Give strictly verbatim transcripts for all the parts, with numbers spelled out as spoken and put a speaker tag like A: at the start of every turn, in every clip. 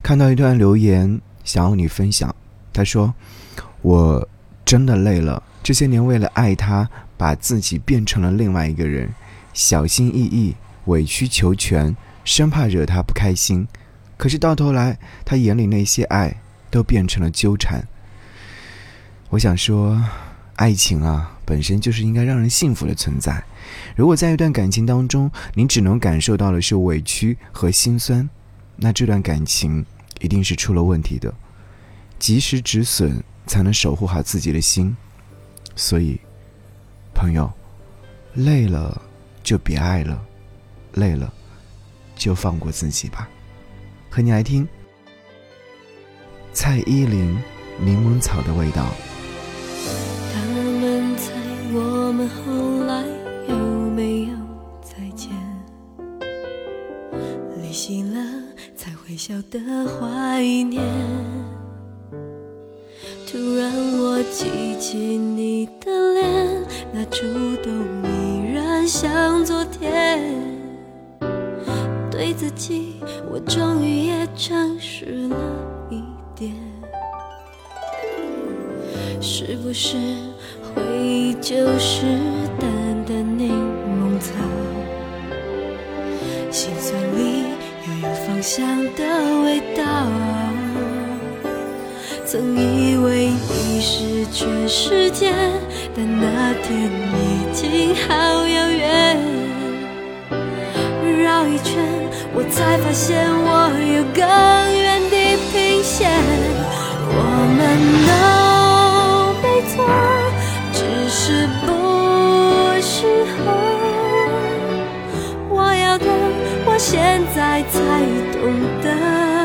A: 看到一段留言，想要你分享。他说，我真的累了，这些年为了爱他，把自己变成了另外一个人，小心翼翼，委曲求全，生怕惹他不开心。可是到头来，他眼里那些爱都变成了纠缠。我想说，爱情啊，本身就是应该让人幸福的存在。如果在一段感情当中，你只能感受到的是委屈和心酸，那这段感情一定是出了问题的。及时止损，才能守护好自己的心。所以，朋友，累了就别爱了，累了就放过自己吧。和你来听蔡依林《柠檬草的味道》。
B: 他们猜我们后来有没有再见，离席了才会晓得怀念。突然我记起你的脸，那触动依然像昨天。对自己我终于也诚实了一点，是不是回忆就是淡淡柠檬草，心酸里又有芳香的味道。曾以为你是全世界，但那天已经好遥远。绕一圈，我才发现我有更远的平线。我们都没错，只是不适合。我要的，我现在才懂得。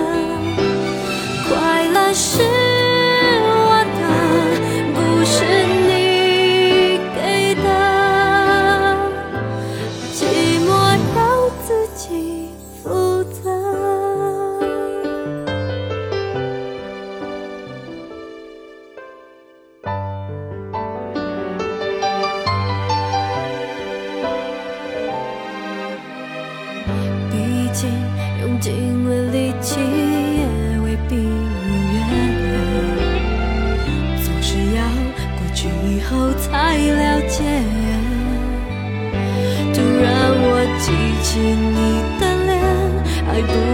B: 快乐是我的，不是你给的，寂寞要自己负责。毕竟用尽了力气也未必如愿，总是要过去以后才了解。突然我记起你的脸，还不